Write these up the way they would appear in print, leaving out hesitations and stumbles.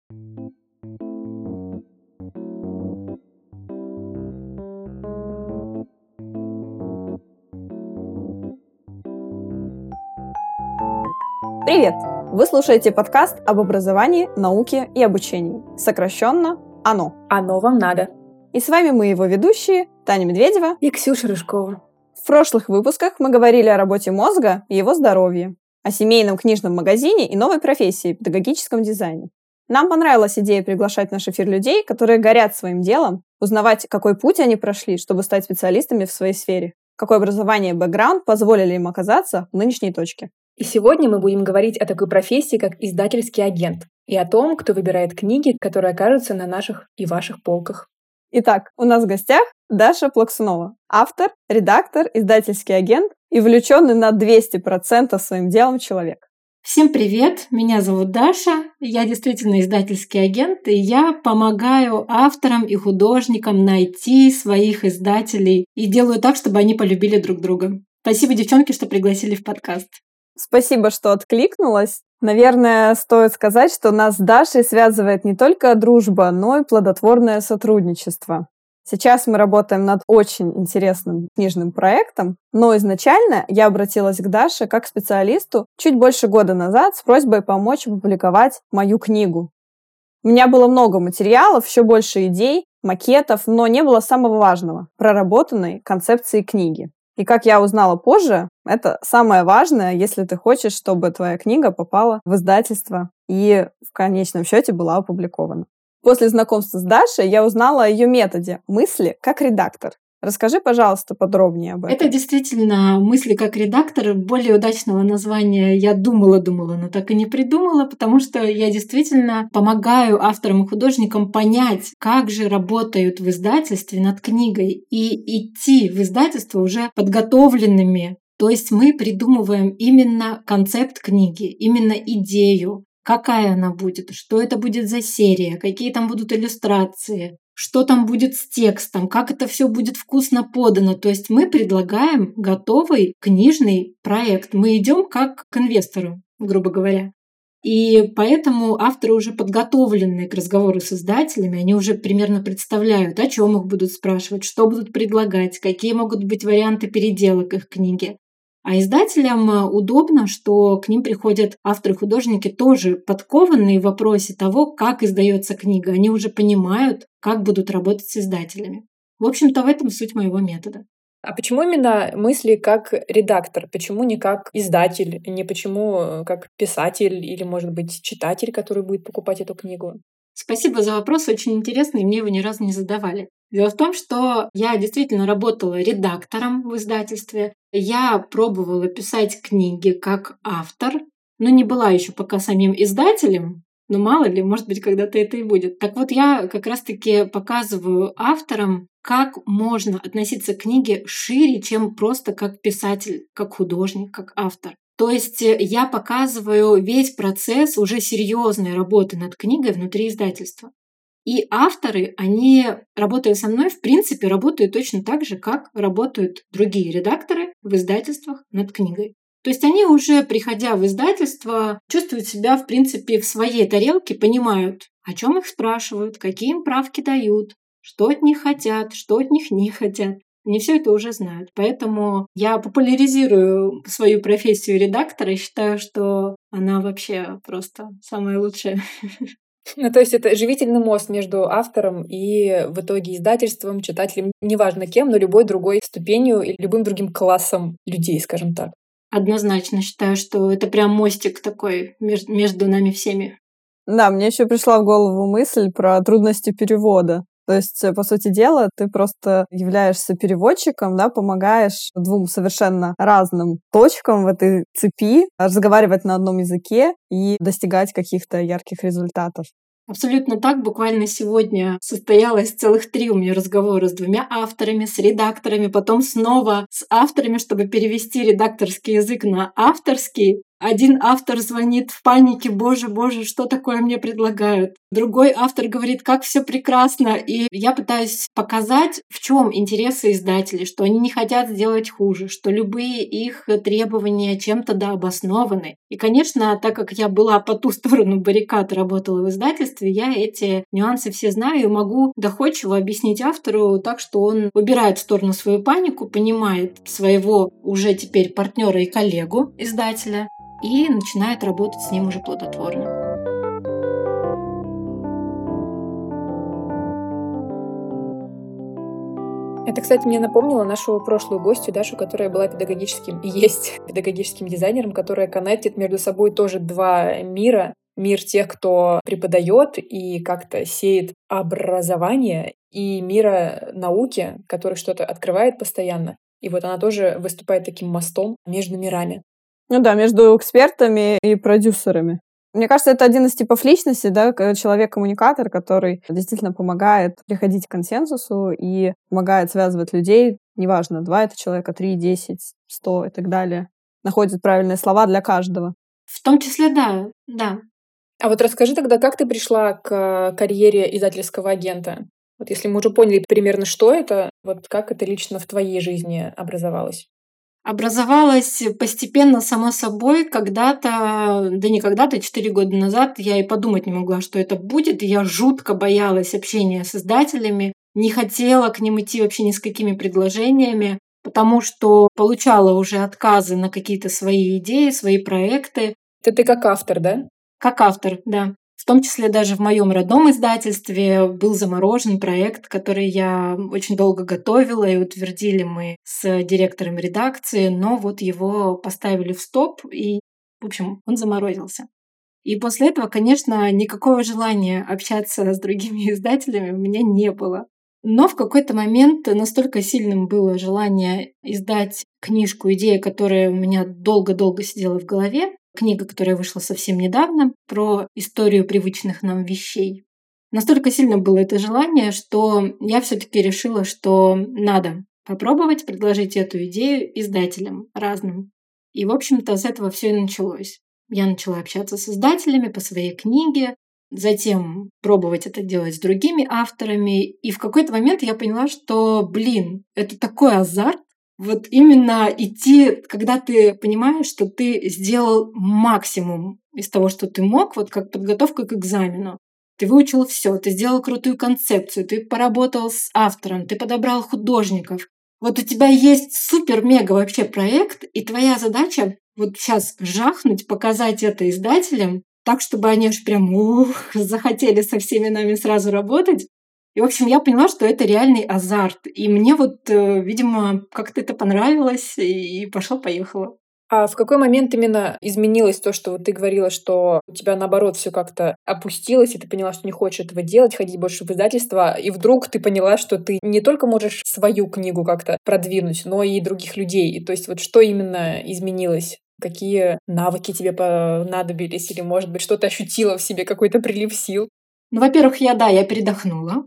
Привет! Вы слушаете подкаст об образовании, науке и обучении, сокращенно ОНО. Оно вам надо. И с вами мы, его ведущие, Таня Медведева и Ксюша Рыжкова. В прошлых выпусках мы говорили о работе мозга и его здоровье, о семейном книжном магазине и новой профессии – педагогическом дизайне. Нам понравилась идея приглашать в наш эфир людей, которые горят своим делом, узнавать, какой путь они прошли, чтобы стать специалистами в своей сфере, какое образование и бэкграунд позволили им оказаться в нынешней точке. И сегодня мы будем говорить о такой профессии, как издательский агент, и о том, кто выбирает книги, которые окажутся на наших и ваших полках. Итак, у нас в гостях Даша Плаксунова, автор, редактор, издательский агент и увлеченный на 200% своим делом человек. Всем привет, меня зовут Даша, я действительно издательский агент, и я помогаю авторам и художникам найти своих издателей и делаю так, чтобы они полюбили друг друга. Спасибо, девчонки, что пригласили в подкаст. Спасибо, что откликнулась. Наверное, стоит сказать, что нас с Дашей связывает не только дружба, но и плодотворное сотрудничество. Сейчас мы работаем над очень интересным книжным проектом, но изначально я обратилась к Даше как к специалисту чуть больше года назад с просьбой помочь опубликовать мою книгу. У меня было много материалов, еще больше идей, макетов, но не было самого важного – проработанной концепции книги. И как я узнала позже, это самое важное, если ты хочешь, чтобы твоя книга попала в издательство и в конечном счете была опубликована. После знакомства с Дашей я узнала о ее методе мысли как редактор. Расскажи, пожалуйста, подробнее об этом. Это действительно мысли как редактор. Более удачного названия я думала, но так и не придумала, потому что я действительно помогаю авторам и художникам понять, как же работают в издательстве над книгой и идти в издательство уже подготовленными. То есть мы придумываем именно концепт книги, именно идею, какая она будет, что это будет за серия, какие там будут иллюстрации, что там будет с текстом, как это все будет вкусно подано. То есть мы предлагаем готовый книжный проект. Мы идем как к инвестору, грубо говоря. И поэтому авторы уже подготовленные к разговору с издателями, они уже примерно представляют, о чем их будут спрашивать, что будут предлагать, какие могут быть варианты переделок их книги. А издателям удобно, что к ним приходят авторы-художники тоже подкованные в вопросе того, как издается книга. Они уже понимают, как будут работать с издателями. В общем-то, в этом суть моего метода. А почему именно мысли как редактор? Почему не как издатель? Не почему как писатель или, может быть, читатель, который будет покупать эту книгу? Спасибо за вопрос, очень интересный, мне его ни разу не задавали. Дело в том, что я действительно работала редактором в издательстве. Я пробовала писать книги как автор, но не была еще пока самим издателем. Но мало ли, может быть, когда-то это и будет. Так вот, я как раз-таки показываю авторам, как можно относиться к книге шире, чем просто как писатель, как художник, как автор. То есть я показываю весь процесс уже серьезной работы над книгой внутри издательства. И авторы, они, работая со мной, в принципе, работают точно так же, как работают другие редакторы в издательствах над книгой. То есть они уже, приходя в издательство, чувствуют себя, в принципе, в своей тарелке, понимают, о чем их спрашивают, какие им правки дают, что от них хотят, что от них не хотят. Они все это уже знают. Поэтому я популяризирую свою профессию редактора и считаю, что она вообще просто самая лучшая. Ну, то есть это живительный мост между автором и в итоге издательством, читателем, неважно кем, но любой другой ступенью и любым другим классом людей, скажем так. Однозначно считаю, что это прям мостик такой между нами всеми. Да, мне еще пришла в голову мысль про трудности перевода. То есть, по сути дела, ты просто являешься переводчиком, да, помогаешь двум совершенно разным точкам в этой цепи разговаривать на одном языке и достигать каких-то ярких результатов. Абсолютно так. Буквально сегодня состоялось целых 3 у меня разговора с 2 авторами, с редакторами, потом снова с авторами, чтобы перевести редакторский язык на авторский. Один автор звонит в панике: боже, что такое мне предлагают? другой автор говорит, как все прекрасно. И я пытаюсь показать, в чем интересы издателей, что они не хотят сделать хуже, что любые их требования чем-то обоснованы. И, конечно, так как я была по ту сторону баррикад, работала в издательстве, я эти нюансы все знаю и могу доходчиво объяснить автору так, что он убирает в сторону свою панику, понимает своего уже теперь партнера и коллегу издателя и начинает работать с ним уже плодотворно. Это, кстати, мне напомнило нашу прошлую гостью Дашу, которая была педагогическим и есть педагогическим дизайнером, которая коннектит между собой тоже два мира. Мир тех, кто преподает и как-то сеет образование, и мира науки, который что-то открывает постоянно. И вот она тоже выступает таким мостом между мирами. Ну да, между экспертами и продюсерами. Мне кажется, это один из типов личности, да, человек-коммуникатор, который действительно помогает приходить к консенсусу и помогает связывать людей, неважно, 2 это человека, 3, 10, 100 и так далее. Находит правильные слова для каждого. В том числе, да. А вот расскажи тогда, как ты пришла к карьере издательского агента? Вот если мы уже поняли примерно, что это, вот как это лично в твоей жизни образовалось? Образовалась постепенно, само собой, когда-то, да не когда-то, 4 года назад я и подумать не могла, что это будет. Я жутко боялась общения с издателями, не хотела к ним идти вообще ни с какими предложениями, потому что получала уже отказы на какие-то свои идеи, свои проекты. Это ты как автор, да? Как автор, да. В том числе даже в моем родном издательстве был заморожен проект, который я очень долго готовила, и утвердили мы с директором редакции, но вот его поставили в стоп, и, в общем, он заморозился. И после этого, конечно, никакого желания общаться с другими издателями у меня не было. Но в какой-то момент настолько сильным было желание издать книжку, идея, которая у меня долго-долго сидела в голове, книга, которая вышла совсем недавно, про историю привычных нам вещей. Настолько сильно было это желание, что я все-таки решила, что надо попробовать предложить эту идею издателям разным. И, в общем-то, с этого все и началось. Я начала общаться с издателями по своей книге, затем пробовать это делать с другими авторами. И в какой-то момент я поняла, что, это такой азарт, вот именно идти, когда ты понимаешь, что ты сделал максимум из того, что ты мог, вот как подготовка к экзамену. Ты выучил все, ты сделал крутую концепцию, ты поработал с автором, ты подобрал художников. Вот у тебя есть супер-мега вообще проект, и твоя задача вот сейчас жахнуть, показать это издателям, так, чтобы они аж прям захотели со всеми нами сразу работать. И, в общем, я поняла, что это реальный азарт. И мне видимо, как-то это понравилось, и пошло-поехало. А в какой момент именно изменилось то, что вот ты говорила, что у тебя, наоборот, все как-то опустилось, и ты поняла, что не хочешь этого делать, ходить больше в издательство, и вдруг ты поняла, что ты не только можешь свою книгу как-то продвинуть, но и других людей. И то есть вот что именно изменилось? Какие навыки тебе понадобились? Или, может быть, что-то ощутила в себе, какой-то прилив сил? Ну, во-первых, я передохнула.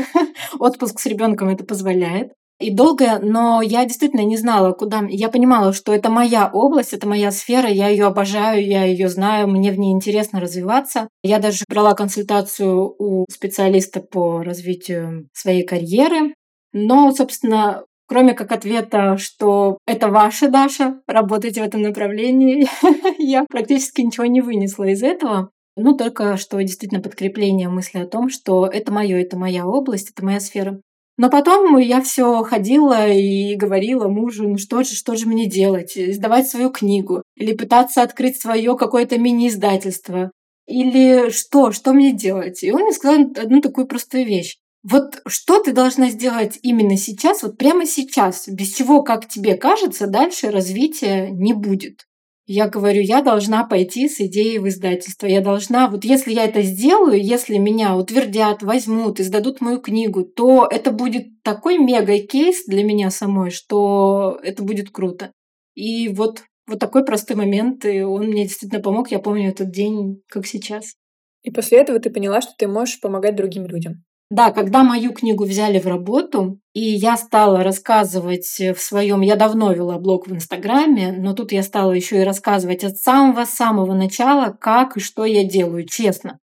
Отпуск с ребенком это позволяет. И долго, но я действительно не знала, куда. Я понимала, что это моя область, это моя сфера, я ее обожаю, я ее знаю, мне в ней интересно развиваться. Я даже брала консультацию у специалиста по развитию своей карьеры. Но, собственно, кроме как ответа, что это ваша, Даша, работайте в этом направлении, я практически ничего не вынесла из этого. Ну, только что действительно подкрепление мысли о том, что это моя область, это моя сфера. Но потом я все ходила и говорила мужу, ну что же мне делать? Издавать свою книгу? Или пытаться открыть свое какое-то мини-издательство? Или что мне делать? И он мне сказал одну такую простую вещь. Вот что ты должна сделать именно сейчас, вот прямо сейчас, без чего, как тебе кажется, дальше развития не будет. Я говорю, я должна пойти с идеей в издательство. Я должна, вот если я это сделаю, если меня утвердят, возьмут, издадут мою книгу, то это будет такой мега-кейс для меня самой, что это будет круто. И вот такой простой момент, и он мне действительно помог. Я помню этот день, как сейчас. И после этого ты поняла, что ты можешь помогать другим людям. Да, когда мою книгу взяли в работу, и я стала рассказывать в своем... Я давно вела блог в Инстаграме, но тут я стала еще и рассказывать от самого-самого начала, как и что я делаю, честно.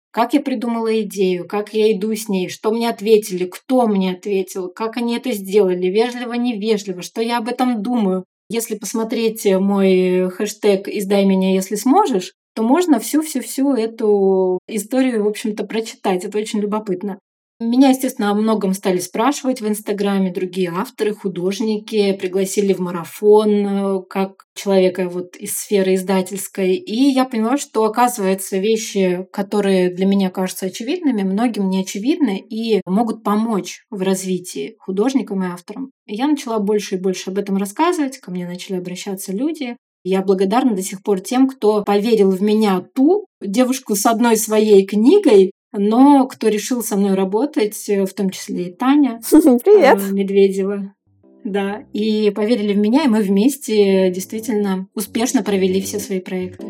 как я придумала идею, как я иду с ней, что мне ответили, кто мне ответил, как они это сделали, вежливо, невежливо, что я об этом думаю. Если посмотреть мой хэштег «Издай меня, если сможешь», то можно всю-всю-всю эту историю, в общем-то, прочитать. Это очень любопытно. Меня, естественно, о многом стали спрашивать в Инстаграме другие авторы, художники, пригласили в марафон как человека вот из сферы издательской. И я поняла, что, оказывается, вещи, которые для меня кажутся очевидными, многим не очевидны и могут помочь в развитии художникам и авторам. И я начала больше и больше об этом рассказывать, ко мне начали обращаться люди. Я благодарна до сих пор тем, кто поверил в меня, ту девушку с одной своей книгой, но кто решил со мной работать, в том числе и Таня Привет. Медведева. Да, и поверили в меня, и мы вместе действительно успешно провели все свои проекты.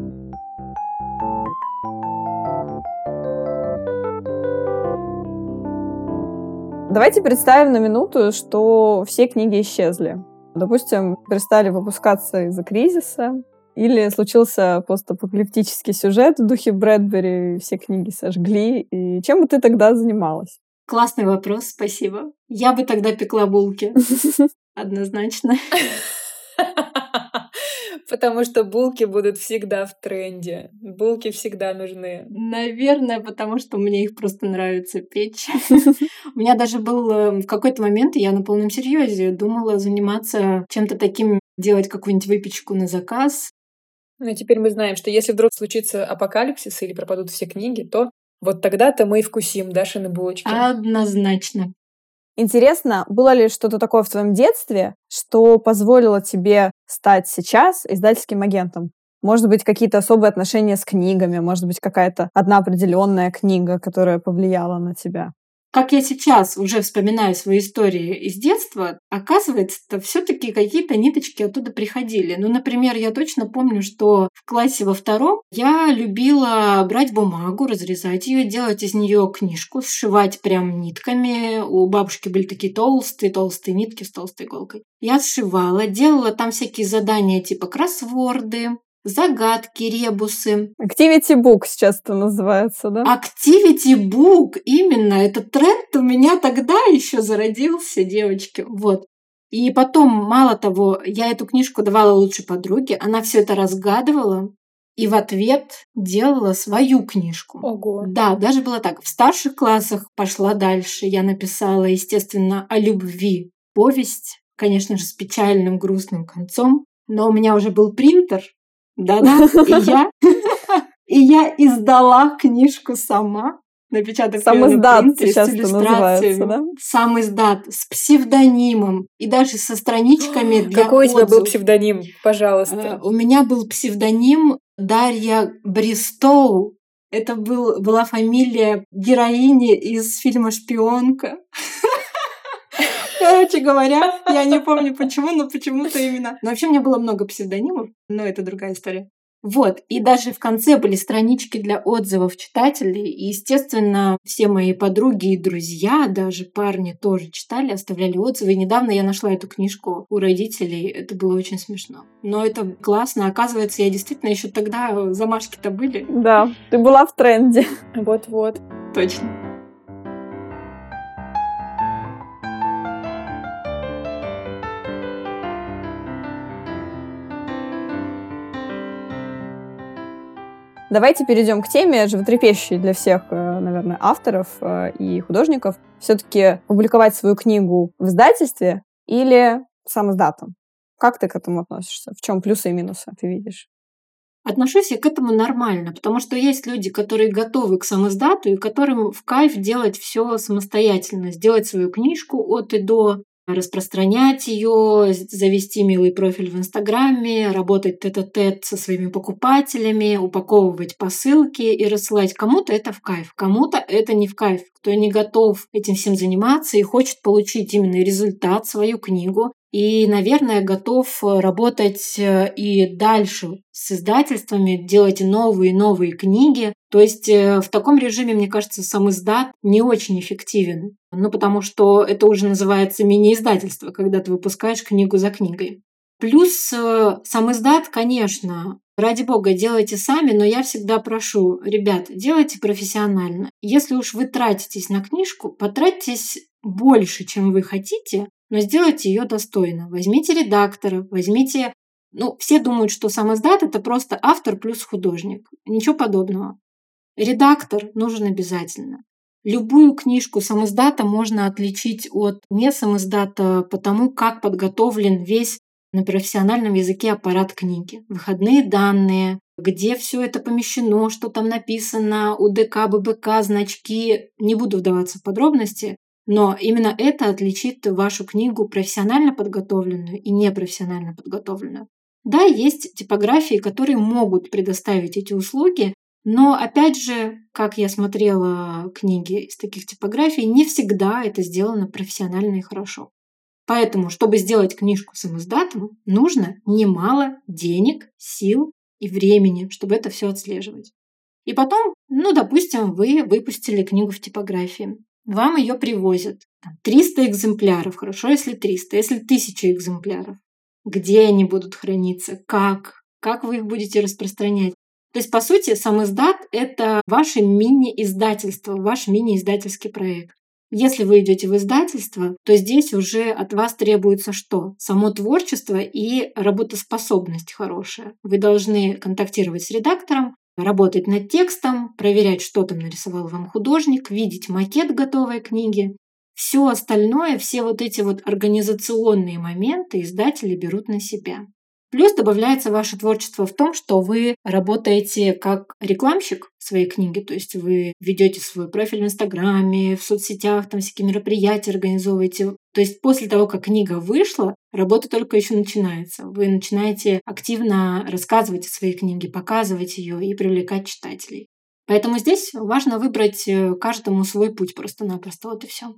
Давайте представим на минуту, что все книги исчезли. Допустим, перестали выпускаться из-за кризиса, или случился постапокалиптический сюжет в духе Брэдбери, все книги сожгли. И чем бы ты тогда занималась? Классный вопрос, спасибо. Я бы тогда пекла булки. Однозначно. Потому что булки будут всегда в тренде. Булки всегда нужны. Наверное, потому что мне их просто нравится печь. У меня даже был в какой-то момент, я на полном серьезе думала заниматься чем-то таким, делать какую-нибудь выпечку на заказ. Но теперь мы знаем, что если вдруг случится апокалипсис или пропадут все книги, то вот тогда-то мы и вкусим Дашины булочки. Однозначно. Интересно, было ли что-то такое в твоем детстве, что позволило тебе стать сейчас издательским агентом? Может быть, какие-то особые отношения с книгами, может быть, какая-то одна определенная книга, которая повлияла на тебя? Как я сейчас уже вспоминаю свои истории из детства, оказывается, все-таки какие-то ниточки оттуда приходили. Ну, например, я точно помню, что в классе во 2 я любила брать бумагу, разрезать ее, делать из нее книжку, сшивать прям нитками. У бабушки были такие толстые нитки с толстой иголкой. Я сшивала, делала там всякие задания типа кроссворды, загадки, ребусы. Activity Book сейчас это называется, да? Activity Book, именно. Этот тренд у меня тогда еще зародился, девочки. Вот. И потом, мало того, я эту книжку давала лучшей подруге, она все это разгадывала и в ответ делала свою книжку. Ого. Да, даже было так. В старших классах пошла дальше. Я написала, естественно, о любви. Повесть, конечно же, с печальным, грустным концом. Но у меня уже был принтер. Да-да, и я издала книжку сама, напечатав Сам издат принтере сейчас с это называется, да? Сам издат, с псевдонимом и даже со страничками для Какой у тебя был отзывов. псевдоним, пожалуйста? У меня был псевдоним Дарья Бристоу. Это была фамилия героини из фильма «Шпионка». Короче говоря, я не помню почему, но почему-то именно. Но вообще у меня было много псевдонимов, но это другая история. Вот, и даже в конце были странички для отзывов читателей, и, естественно, все мои подруги и друзья, даже парни тоже читали, оставляли отзывы. И недавно я нашла эту книжку у родителей, это было очень смешно. Но это классно, оказывается, я действительно еще тогда, замашки-то были. Да, ты была в тренде. Вот-вот. Точно. Давайте перейдем к теме, животрепещущей для всех, наверное, авторов и художников. Все-таки публиковать свою книгу в издательстве или сам издатом? Как ты к этому относишься? В чем плюсы и минусы ты видишь? Отношусь я к этому нормально, потому что есть люди, которые готовы к самиздату и которым в кайф делать все самостоятельно, сделать свою книжку от и до, распространять ее, завести милый профиль в Инстаграме, работать тет-а-тет со своими покупателями, упаковывать посылки и рассылать. Кому-то это в кайф, кому-то это не в кайф. Кто не готов этим всем заниматься и хочет получить именно результат, свою книгу, и, наверное, готов работать и дальше с издательствами, делать новые и новые книги. То есть в таком режиме, мне кажется, сам издат не очень эффективен. Ну, потому что это уже называется мини-издательство, когда ты выпускаешь книгу за книгой. Плюс сам издат, конечно, ради бога, делайте сами, но я всегда прошу, ребят, делайте профессионально. Если уж вы тратитесь на книжку, потратьтесь больше, чем вы хотите, но сделайте ее достойно. Возьмите редактора, возьмите... все думают, что сам издат – это просто автор плюс художник. Ничего подобного. Редактор нужен обязательно. Любую книжку самиздата можно отличить от не самиздата по тому, как подготовлен весь на профессиональном языке аппарат книги. Выходные данные, где все это помещено, что там написано, УДК, ББК, значки. Не буду вдаваться в подробности, но именно это отличит вашу книгу профессионально подготовленную и непрофессионально подготовленную. Да, есть типографии, которые могут предоставить эти услуги, но, опять же, как я смотрела книги из таких типографий, не всегда это сделано профессионально и хорошо. Поэтому, чтобы сделать книжку самиздатом, нужно немало денег, сил и времени, чтобы это все отслеживать. И потом, допустим, вы выпустили книгу в типографии. Вам ее привозят. 300 экземпляров, хорошо, если 300, если 1000 экземпляров. Где они будут храниться? Как? Как вы их будете распространять? То есть, по сути, сам издат – это ваше мини-издательство, ваш мини-издательский проект. Если вы идете в издательство, то здесь уже от вас требуется что? Само творчество и работоспособность хорошая. Вы должны контактировать с редактором, работать над текстом, проверять, что там нарисовал вам художник, видеть макет готовой книги. Все остальное, все вот эти вот организационные моменты издатели берут на себя. Плюс добавляется ваше творчество в том, что вы работаете как рекламщик своей книги, то есть вы ведете свой профиль в Инстаграме, в соцсетях, там всякие мероприятия организовываете. То есть после того, как книга вышла, работа только еще начинается. Вы начинаете активно рассказывать о своей книге, показывать ее и привлекать читателей. Поэтому здесь важно выбрать каждому свой путь просто-напросто, вот и все.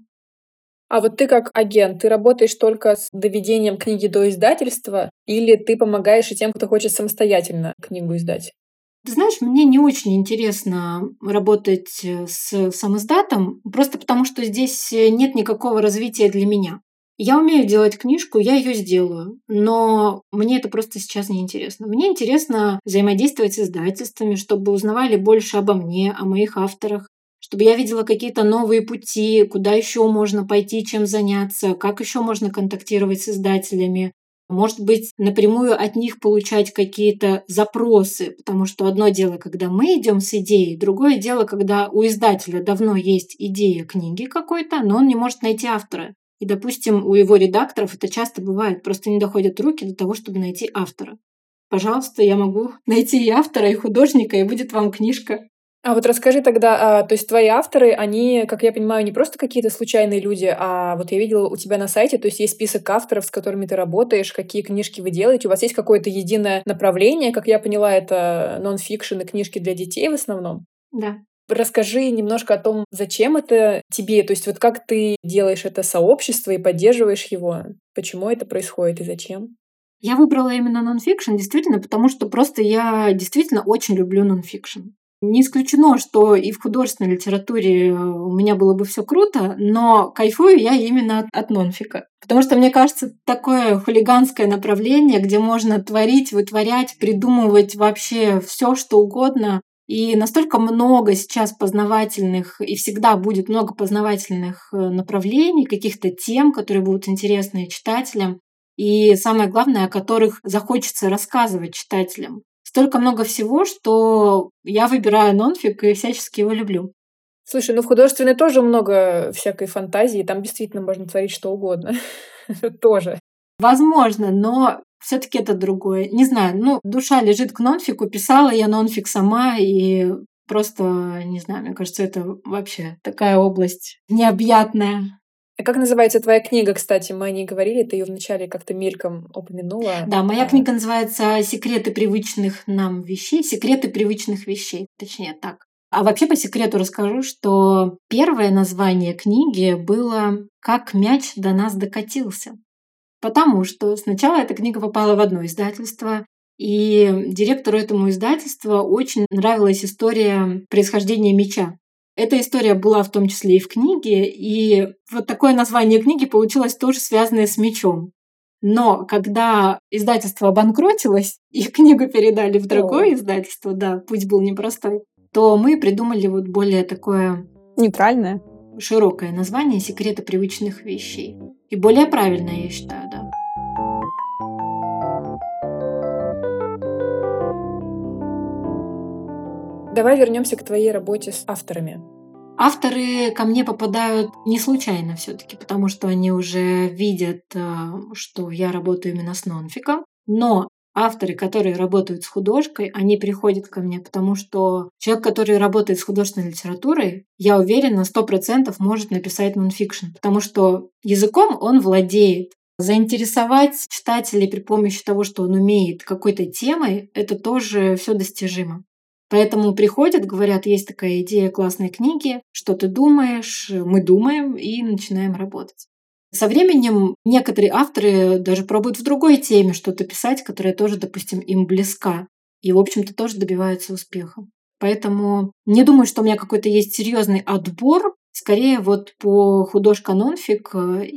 А вот ты как агент, ты работаешь только с доведением книги до издательства или ты помогаешь и тем, кто хочет самостоятельно книгу издать? Ты знаешь, мне не очень интересно работать с самиздатом, просто потому что здесь нет никакого развития для меня. Я умею делать книжку, я ее сделаю, но мне это просто сейчас не интересно. Мне интересно взаимодействовать с издательствами, чтобы узнавали больше обо мне, о моих авторах, чтобы я видела какие-то новые пути, куда еще можно пойти, чем заняться, как еще можно контактировать с издателями. Может быть, напрямую от них получать какие-то запросы, потому что одно дело, когда мы идем с идеей, другое дело, когда у издателя давно есть идея книги какой-то, но он не может найти автора. И, допустим, у его редакторов это часто бывает, просто не доходят руки до того, чтобы найти автора. Пожалуйста, я могу найти и автора, и художника, и будет вам книжка. А вот расскажи тогда, то есть твои авторы, они, как я понимаю, не просто какие-то случайные люди, а вот я видела у тебя на сайте, то есть есть список авторов, с которыми ты работаешь, какие книжки вы делаете, у вас есть какое-то единое направление, как я поняла, это нон-фикшн и книжки для детей в основном? Да. Расскажи немножко о том, зачем это тебе, то есть вот как ты делаешь это сообщество и поддерживаешь его, почему это происходит и зачем? Я выбрала именно нон-фикшн действительно, потому что просто я действительно очень люблю нон-фикшн. Не исключено, что и в художественной литературе у меня было бы все круто, но кайфую я именно от нонфика. Потому что, мне кажется, такое хулиганское направление, где можно творить, вытворять, придумывать вообще все, что угодно. И настолько много сейчас познавательных, и всегда будет много познавательных направлений, каких-то тем, которые будут интересны читателям. И самое главное, о которых захочется рассказывать читателям. Столько много всего, что я выбираю нонфик и всячески его люблю. Слушай, в художественной тоже много всякой фантазии, там действительно можно творить что угодно. Тоже. Возможно, но все-таки это другое. Не знаю, душа лежит к нонфику, писала я нонфик сама, и просто, не знаю, мне кажется, это вообще такая область необъятная. А как называется твоя книга, кстати? Мы о ней говорили, ты ее вначале как-то мельком упомянула. Да, моя книга называется «Секреты привычных нам вещей», «Секреты привычных вещей», точнее так. А вообще по секрету расскажу, что первое название книги было «Как мяч до нас докатился». Потому что сначала эта книга попала в одно издательство, и директору этому издательства очень нравилась история происхождения мяча. Эта история была в том числе и в книге, и вот такое название книги получилось тоже связанное с мячом. Но когда издательство обанкротилось, их книгу передали в другое издательство, да, путь был непростой, то мы придумали вот более такое нейтральное, широкое название «Секреты привычных вещей». И более правильное, я считаю, да. Давай вернемся к твоей работе с авторами. Авторы ко мне попадают не случайно все-таки, потому что они уже видят, что я работаю именно с нонфиком. Но авторы, которые работают с художкой, они приходят ко мне, потому что человек, который работает с художественной литературой, я уверена, 100% может написать нонфикшн, потому что языком он владеет. Заинтересовать читателей при помощи того, что он умеет какой-то темой, это тоже все достижимо. Поэтому приходят, говорят, есть такая идея классной книги, что ты думаешь, мы думаем и начинаем работать. Со временем некоторые авторы даже пробуют в другой теме что-то писать, которая тоже, допустим, им близка. И, в общем-то, тоже добиваются успеха. Поэтому не думаю, что у меня какой-то есть серьезный отбор. Скорее вот по художка нонфик,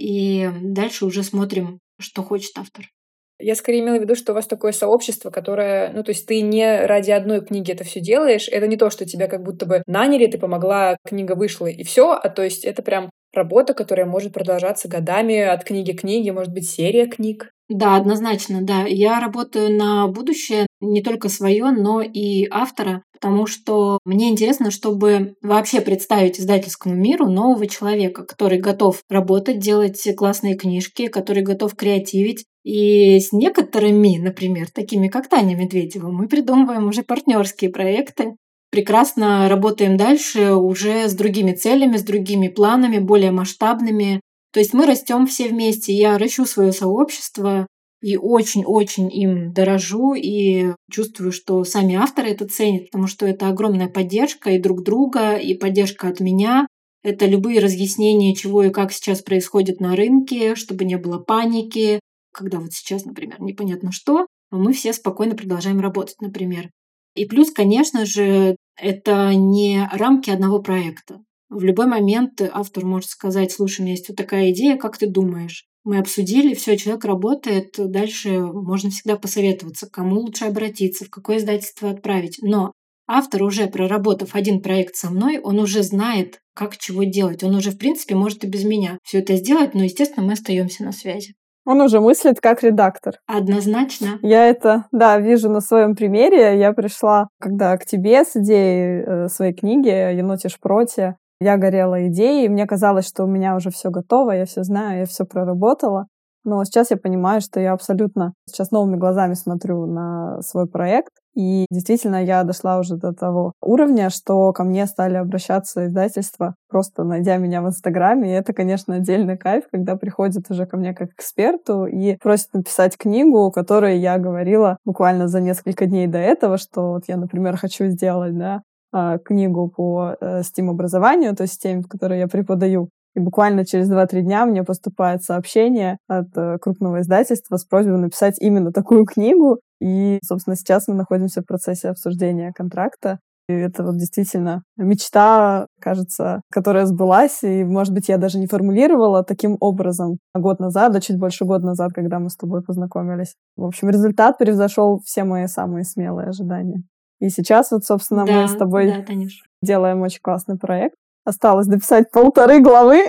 и дальше уже смотрим, что хочет автор. Я скорее имела в виду, что у вас такое сообщество, которое... Ну, то есть ты не ради одной книги это все делаешь. Это не то, что тебя как будто бы наняли, ты помогла, книга вышла, и все. А то есть это прям работа, которая может продолжаться годами от книги к книге, может быть, серия книг. Да, однозначно, да. Я работаю на будущее, не только свое, но и автора, потому что мне интересно, чтобы вообще представить издательскому миру нового человека, который готов работать, делать классные книжки, который готов креативить. И с некоторыми, например, такими как Таня Медведева, мы придумываем уже партнерские проекты, прекрасно работаем дальше уже с другими целями, с другими планами, более масштабными. То есть мы растем все вместе. Я ращу свое сообщество и очень-очень им дорожу и чувствую, что сами авторы это ценят, потому что это огромная поддержка и друг друга, и поддержка от меня. Это любые разъяснения, чего и как сейчас происходит на рынке, чтобы не было паники. Когда вот сейчас, например, непонятно что, мы все спокойно продолжаем работать, например. И плюс, конечно же, это не рамки одного проекта. В любой момент автор может сказать: слушай, у меня есть вот такая идея, как ты думаешь? Мы обсудили, все, человек работает, дальше можно всегда посоветоваться, к кому лучше обратиться, в какое издательство отправить. Но автор, уже проработав один проект со мной, он уже знает, как чего делать. Он уже, в принципе, может и без меня все это сделать, но, естественно, мы остаемся на связи. Он уже мыслит как редактор. Однозначно. Я это, да, вижу на своем примере. Я пришла, когда к тебе с идеей своей книги «Енотишь проти». Я горела идеей, мне казалось, что у меня уже все готово, я все знаю, я все проработала. Но сейчас я понимаю, что я абсолютно сейчас новыми глазами смотрю на свой проект. И действительно, я дошла уже до того уровня, что ко мне стали обращаться издательства, просто найдя меня в Инстаграме. И это, конечно, отдельный кайф, когда приходят уже ко мне как к эксперту и просят написать книгу, о которой я говорила буквально за несколько дней до этого, что вот я, например, хочу сделать, да, книгу по STEAM-образованию, то есть теме, в которой я преподаю. И буквально через 2-3 дня мне поступает сообщение от крупного издательства с просьбой написать именно такую книгу. И, собственно, сейчас мы находимся в процессе обсуждения контракта. И это вот действительно мечта, кажется, которая сбылась. И, может быть, я даже не формулировала таким образом год назад, да чуть больше года назад, когда мы с тобой познакомились. В общем, результат превзошел все мои самые смелые ожидания. И сейчас вот, собственно, мы с тобой делаем очень классный проект. Осталось дописать 1,5 главы.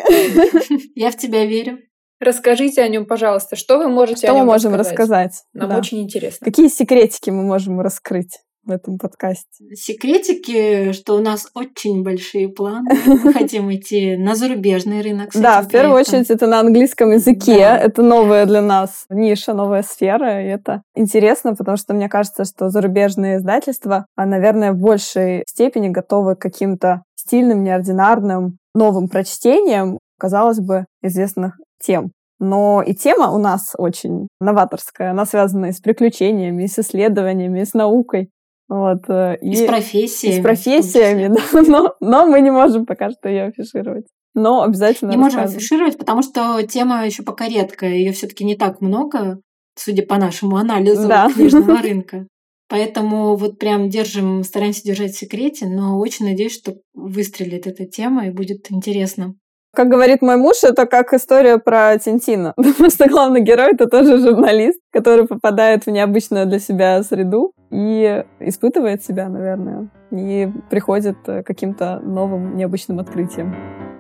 Я в тебя верю. Расскажите о нем, пожалуйста. Что вы можете о нем рассказать? Нам очень интересно. Какие секретики мы можем раскрыть в этом подкасте? Секретики, что у нас очень большие планы. Мы хотим идти на зарубежный рынок. Да, в первую очередь это на английском языке. Да. Это новая для нас ниша, новая сфера. И это интересно, потому что мне кажется, что зарубежные издательства, наверное, в большей степени готовы к каким-то стильным, неординарным, новым прочтениям, казалось бы, известных тем. Но и тема у нас очень новаторская. Она связана и с приключениями, и с исследованиями, и с наукой. Вот, и с профессиями. И с профессиями, да. Но мы не можем пока что ее афишировать. Но обязательно не можем афишировать, потому что тема еще пока редкая. Ее все-таки не так много, судя по нашему анализу книжного рынка. Поэтому вот прям стараемся держать в секрете, но очень надеюсь, что выстрелит эта тема и будет интересно. Как говорит мой муж, это как история про Тинтина. Потому что главный герой — это тоже журналист, который попадает в необычную для себя среду и испытывает себя, наверное, и приходит к каким-то новым необычным открытиям.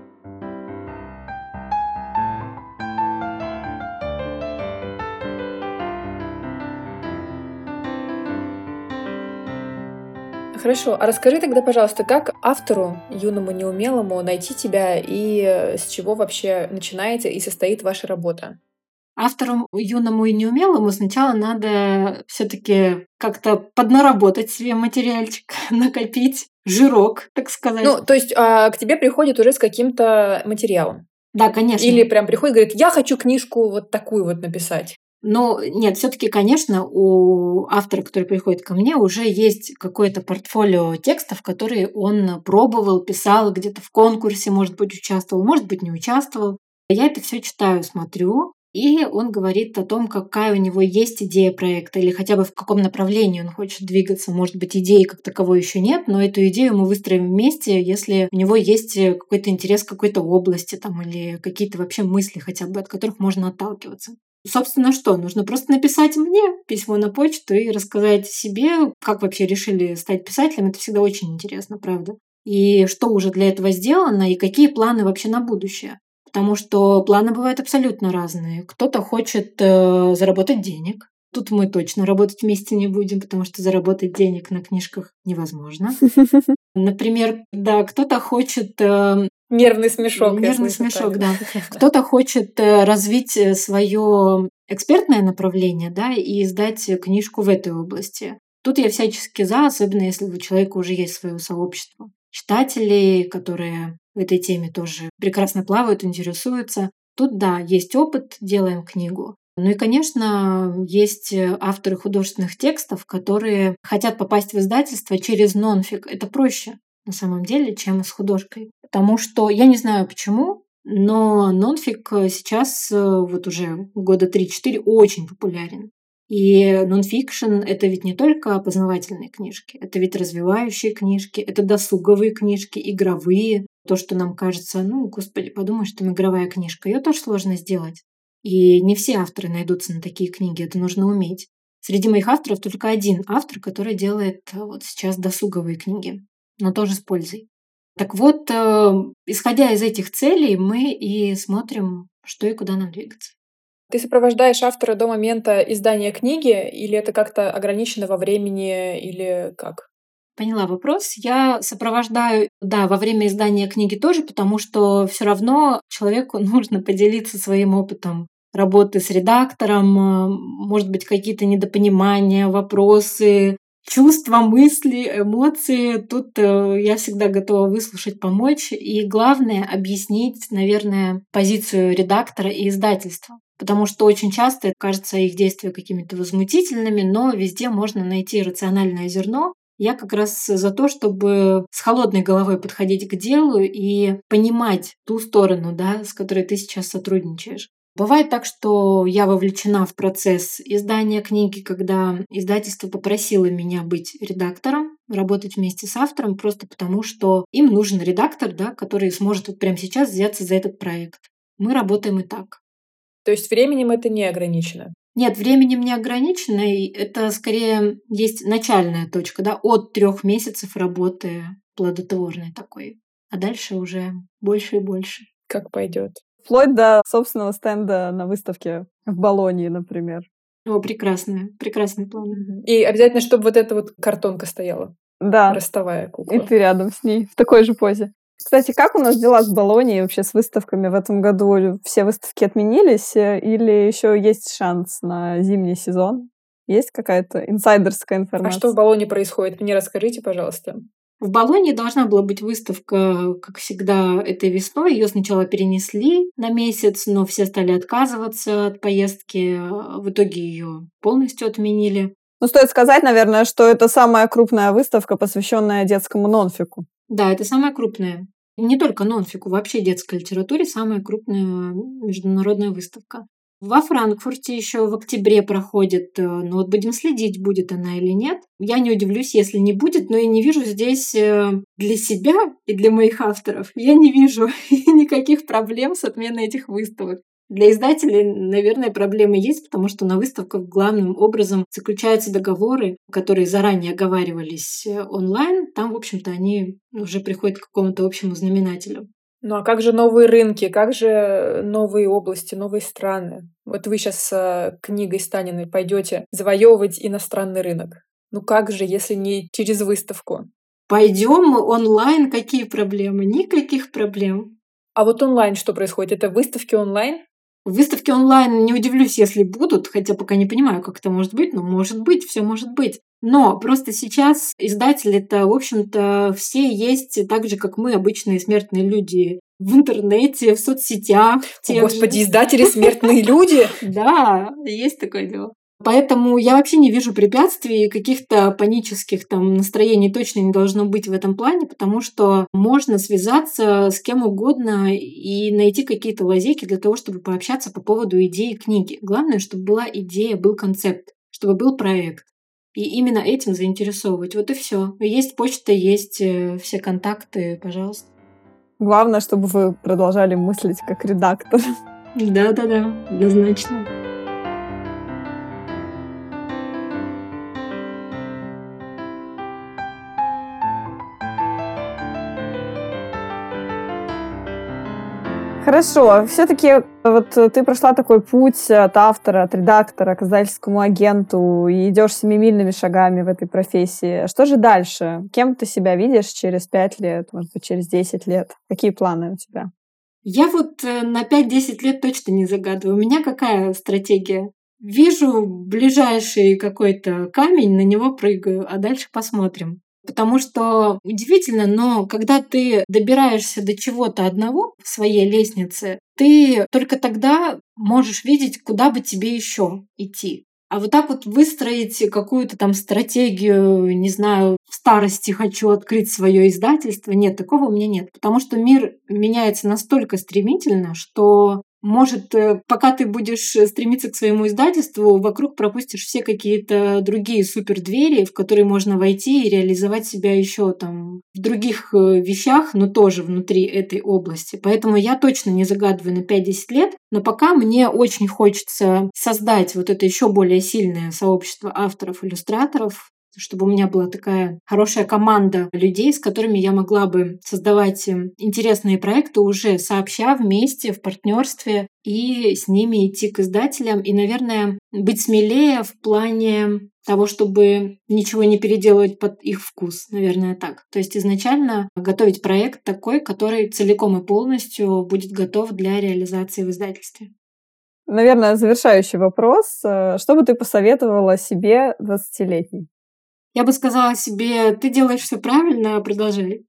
Хорошо, а расскажи тогда, пожалуйста, как автору, юному неумелому, найти тебя и с чего вообще начинается и состоит ваша работа? Автору юному и неумелому сначала надо все-таки как-то поднаработать себе материальчик, накопить жирок, так сказать. Ну, то есть к тебе приходит уже с каким-то материалом? Да, конечно. Или прям приходит и говорит, я хочу книжку вот такую вот написать? Но нет, все-таки, конечно, у автора, который приходит ко мне, уже есть какое-то портфолио текстов, которые он пробовал, писал, где-то в конкурсе, может быть, участвовал, может быть, не участвовал. Я это все читаю, смотрю, и он говорит о том, какая у него есть идея проекта, или хотя бы в каком направлении он хочет двигаться. Может быть, идеи как таковой еще нет, но эту идею мы выстроим вместе, если у него есть какой-то интерес к какой-то области там, или какие-то вообще мысли хотя бы, от которых можно отталкиваться. Собственно, что? Нужно просто написать мне письмо на почту и рассказать себе, как вообще решили стать писателем. Это всегда очень интересно, правда. И что уже для этого сделано, и какие планы вообще на будущее. Потому что планы бывают абсолютно разные. Кто-то хочет заработать денег. Тут мы точно работать вместе не будем, потому что заработать денег на книжках невозможно. Например, да, кто-то хочет... Нервный смешок. Нервный смешок, да. Кто-то хочет развить свое экспертное направление, да, и издать книжку в этой области. Тут я всячески за, особенно если у человека уже есть свое сообщество читателей, которые в этой теме тоже прекрасно плавают, интересуются. Тут, да, есть опыт, делаем книгу. Ну и, конечно, есть авторы художественных текстов, которые хотят попасть в издательство через нонфик. Это проще на самом деле, чем с художкой. Потому что, я не знаю почему, но нонфик сейчас вот уже года 3-4 очень популярен. И нонфикшн — это ведь не только познавательные книжки, это ведь развивающие книжки, это досуговые книжки, игровые. То, что нам кажется, ну, господи, подумаешь, там игровая книжка, ее тоже сложно сделать. И не все авторы найдутся на такие книги, это нужно уметь. Среди моих авторов только один автор, который делает вот сейчас досуговые книги, но тоже с пользой. Так вот, исходя из этих целей, мы и смотрим, что и куда нам двигаться. Ты сопровождаешь автора до момента издания книги, или это как-то ограничено во времени, или как? Поняла вопрос. Я сопровождаю, да, во время издания книги тоже, потому что все равно человеку нужно поделиться своим опытом работы с редактором, может быть, какие-то недопонимания, вопросы, чувства, мысли, эмоции. Тут я всегда готова выслушать, помочь. И главное — объяснить, наверное, позицию редактора и издательства. Потому что очень часто кажется их действия какими-то возмутительными, но везде можно найти рациональное зерно. Я как раз за то, чтобы с холодной головой подходить к делу и понимать ту сторону, да, с которой ты сейчас сотрудничаешь. Бывает так, что я вовлечена в процесс издания книги, когда издательство попросило меня быть редактором, работать вместе с автором, просто потому что им нужен редактор, да, который сможет вот прямо сейчас взяться за этот проект. Мы работаем и так. То есть временем это не ограничено? Нет, временем не ограничено, и это скорее есть начальная точка, да, от 3 месяцев работы плодотворной такой, а дальше уже больше и больше. Как пойдет. Вплоть до собственного стенда на выставке в Болонье, например. О, прекрасный план. И обязательно, чтобы вот эта вот картонка стояла. Да. Ростовая кукла. И ты рядом с ней, в такой же позе. Кстати, как у нас дела с Болоньей вообще с выставками в этом году? Все выставки отменились или еще есть шанс на зимний сезон? Есть какая-то инсайдерская информация? А что в Болонье происходит? Мне расскажите, пожалуйста. В Болонье должна была быть выставка, как всегда, этой весной. Ее сначала перенесли на месяц, но все стали отказываться от поездки. В итоге ее полностью отменили. Ну, стоит сказать, наверное, что это самая крупная выставка, посвященная детскому нонфику. Да, это самая крупная. Не только нонфику, вообще детской литературе самая крупная международная выставка. Во Франкфурте еще в октябре проходит, но вот будем следить, будет она или нет. Я не удивлюсь, если не будет, но я не вижу здесь для себя и для моих авторов, я не вижу никаких проблем с отменой этих выставок. Для издателей, наверное, проблемы есть, потому что на выставках главным образом заключаются договоры, которые заранее оговаривались онлайн. Там, в общем-то, они уже приходят к какому-то общему знаменателю. Ну а как же новые рынки, как же новые области, новые страны? Вот вы сейчас с книгой Станиной пойдете завоевывать иностранный рынок. Ну как же, если не через выставку? Пойдем онлайн, какие проблемы? Никаких проблем. А вот онлайн что происходит? Это выставки онлайн? Выставки онлайн не удивлюсь, если будут, хотя пока не понимаю, как это может быть, но может быть, все может быть. Но просто сейчас издатели-то, в общем-то, все есть так же, как мы, обычные смертные люди, в интернете, в соцсетях. О, Господи, издатели смертные люди? Да, есть такое дело. Поэтому я вообще не вижу препятствий, каких-то панических там настроений точно не должно быть в этом плане, потому что можно связаться с кем угодно и найти какие-то лазейки для того, чтобы пообщаться по поводу идеи книги. Главное, чтобы была идея, был концепт, чтобы был проект. И именно этим заинтересовывать. Вот и все. Есть почта, есть все контакты, пожалуйста. Главное, чтобы вы продолжали мыслить как редактор. Да-да-да, однозначно. Хорошо, все-таки вот ты прошла такой путь от автора, от редактора к издательскому агенту и идешь семимильными шагами в этой профессии. Что же дальше? Кем ты себя видишь через 5 лет, может быть, через 10 лет? Какие планы у тебя? Я вот на 5-10 лет точно не загадываю. У меня какая стратегия? Вижу ближайший какой-то камень, на него прыгаю, а дальше посмотрим. Потому что удивительно, но когда ты добираешься до чего-то одного в своей лестнице, ты только тогда можешь видеть, куда бы тебе еще идти. А вот так вот выстроить какую-то там стратегию, не знаю, в старости хочу открыть свое издательство, нет, такого у меня нет. Потому что мир меняется настолько стремительно, что может, пока ты будешь стремиться к своему издательству, вокруг пропустишь все какие-то другие супердвери, в которые можно войти и реализовать себя еще там в других вещах, но тоже внутри этой области. Поэтому я точно не загадываю на 5-10 лет, но пока мне очень хочется создать вот это еще более сильное сообщество авторов-иллюстраторов, чтобы у меня была такая хорошая команда людей, с которыми я могла бы создавать интересные проекты уже сообща, вместе, в партнерстве, и с ними идти к издателям, и, наверное, быть смелее в плане того, чтобы ничего не переделывать под их вкус, наверное, так. То есть изначально готовить проект такой, который целиком и полностью будет готов для реализации в издательстве. Наверное, завершающий вопрос. Что бы ты посоветовала себе 20-летней? Я бы сказала себе, ты делаешь все правильно, продолжай.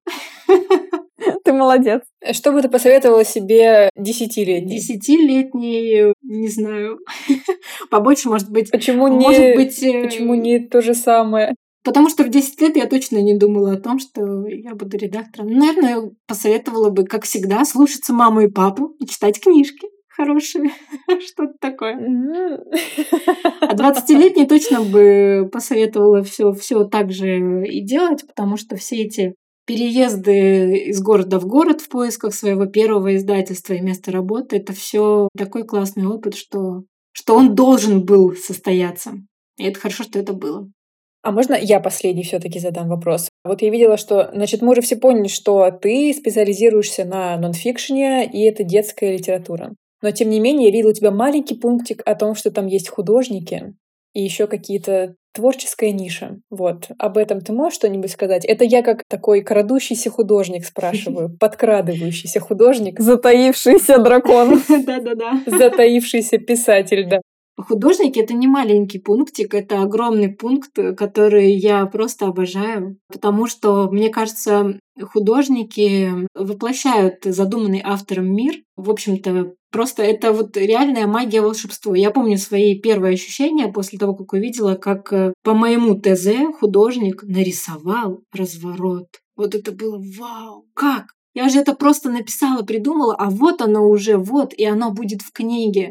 Ты молодец. Что бы ты посоветовала себе 10-летней? 10-летней, не знаю. Побольше, может быть. Почему не то же самое? Потому что в 10 лет я точно не думала о том, что я буду редактором. Наверное, посоветовала бы, как всегда, слушаться маму и папу и читать книжки хорошие. Что-то такое. А 20-летней точно бы посоветовала все так же и делать, потому что все эти переезды из города в город в поисках своего первого издательства и места работы — это все такой классный опыт, что он должен был состояться. И это хорошо, что это было. А можно я последний все-таки задам вопрос? Вот я видела, что, значит, мы уже все поняли, что ты специализируешься на нонфикшене, и это детская литература. Но, тем не менее, я видела у тебя маленький пунктик о том, что там есть художники и еще какие-то творческая ниша. Вот. Об этом ты можешь что-нибудь сказать? Это я как такой крадущийся художник спрашиваю, подкрадывающийся художник. Затаившийся дракон. Да-да-да. Затаившийся писатель, да. Художники — это не маленький пунктик, это огромный пункт, который я просто обожаю, потому что, мне кажется, художники воплощают задуманный автором мир. В общем-то, просто это вот реальная магия, волшебство. Я помню свои первые ощущения после того, как увидела, как по моему ТЗ художник нарисовал разворот. Вот это было вау! Как? Я же это просто написала, придумала, а вот оно уже, вот, и оно будет в книге.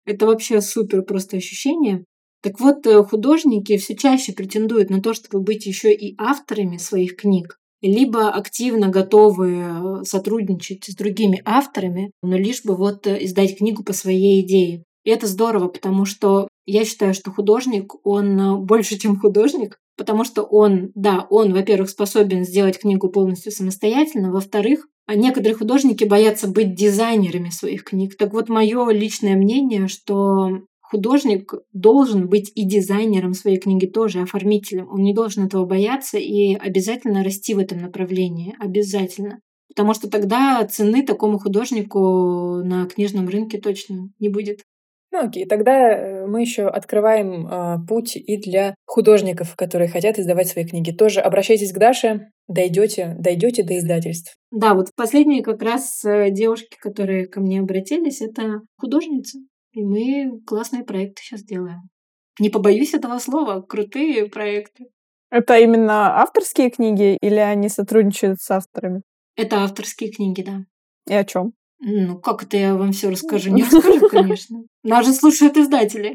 Это вообще супер просто ощущение. Так вот, художники все чаще претендуют на то, чтобы быть еще и авторами своих книг, либо активно готовы сотрудничать с другими авторами, но лишь бы вот издать книгу по своей идее. И это здорово, потому что я считаю, что художник, он больше, чем художник, потому что он, во-первых, способен сделать книгу полностью самостоятельно, во-вторых, некоторые художники боятся быть дизайнерами своих книг. Так вот, мое личное мнение, что художник должен быть и дизайнером своей книги тоже, оформителем. Он не должен этого бояться и обязательно расти в этом направлении. Обязательно. Потому что тогда цены такому художнику на книжном рынке точно не будет. Ну окей, тогда мы еще открываем путь и для художников, которые хотят издавать свои книги. Тоже обращайтесь к Даше, дойдете до издательств. Да, вот последние как раз девушки, которые ко мне обратились, это художницы. И мы классные проекты сейчас делаем. Не побоюсь этого слова, крутые проекты. Это именно авторские книги или они сотрудничают с авторами? Это авторские книги, да. И о чем? Ну, как это я вам все расскажу? Не расскажу, конечно. Нас же слушают издатели.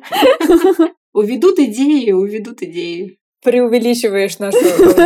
Уведут идеи. Преувеличиваешь нашу...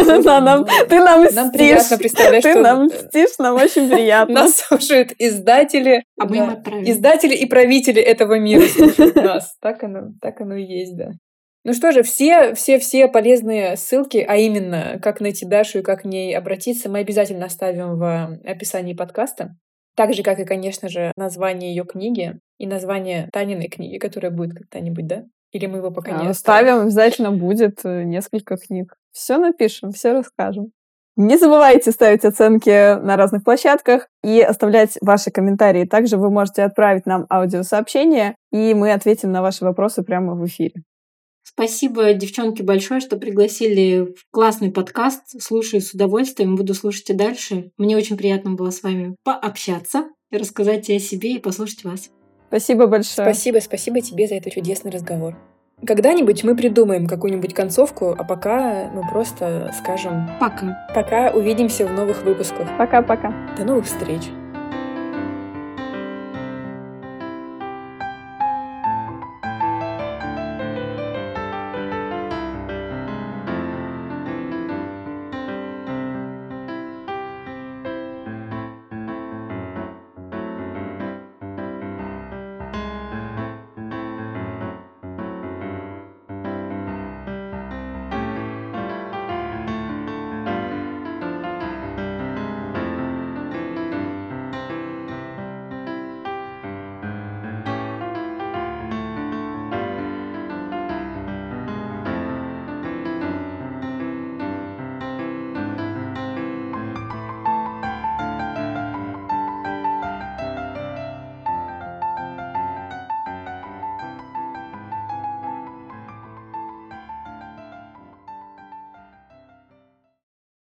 Ты нам льстишь. Нам приятно представлять, что... Ты нам льстишь, нам очень приятно. Нас слушают издатели. А мы им отправим. Издатели и правители этого мира слушают нас. Так оно и есть, да. Ну что же, все полезные ссылки, а именно, как найти Дашу и как к ней обратиться, мы обязательно оставим в описании подкаста. Так же, как и, конечно же, название ее книги и название Таниной книги, которая будет когда-нибудь, да? Или мы его пока не оставим? Обязательно будет несколько книг. Все напишем, все расскажем. Не забывайте ставить оценки на разных площадках и оставлять ваши комментарии. Также вы можете отправить нам аудиосообщение, и мы ответим на ваши вопросы прямо в эфире. Спасибо, девчонки, большое, что пригласили в классный подкаст. Слушаю с удовольствием, буду слушать и дальше. Мне очень приятно было с вами пообщаться, рассказать о себе и послушать вас. Спасибо большое. Спасибо тебе за этот чудесный разговор. Когда-нибудь мы придумаем какую-нибудь концовку, а пока мы просто скажем пока. Пока, увидимся в новых выпусках. Пока-пока. До новых встреч.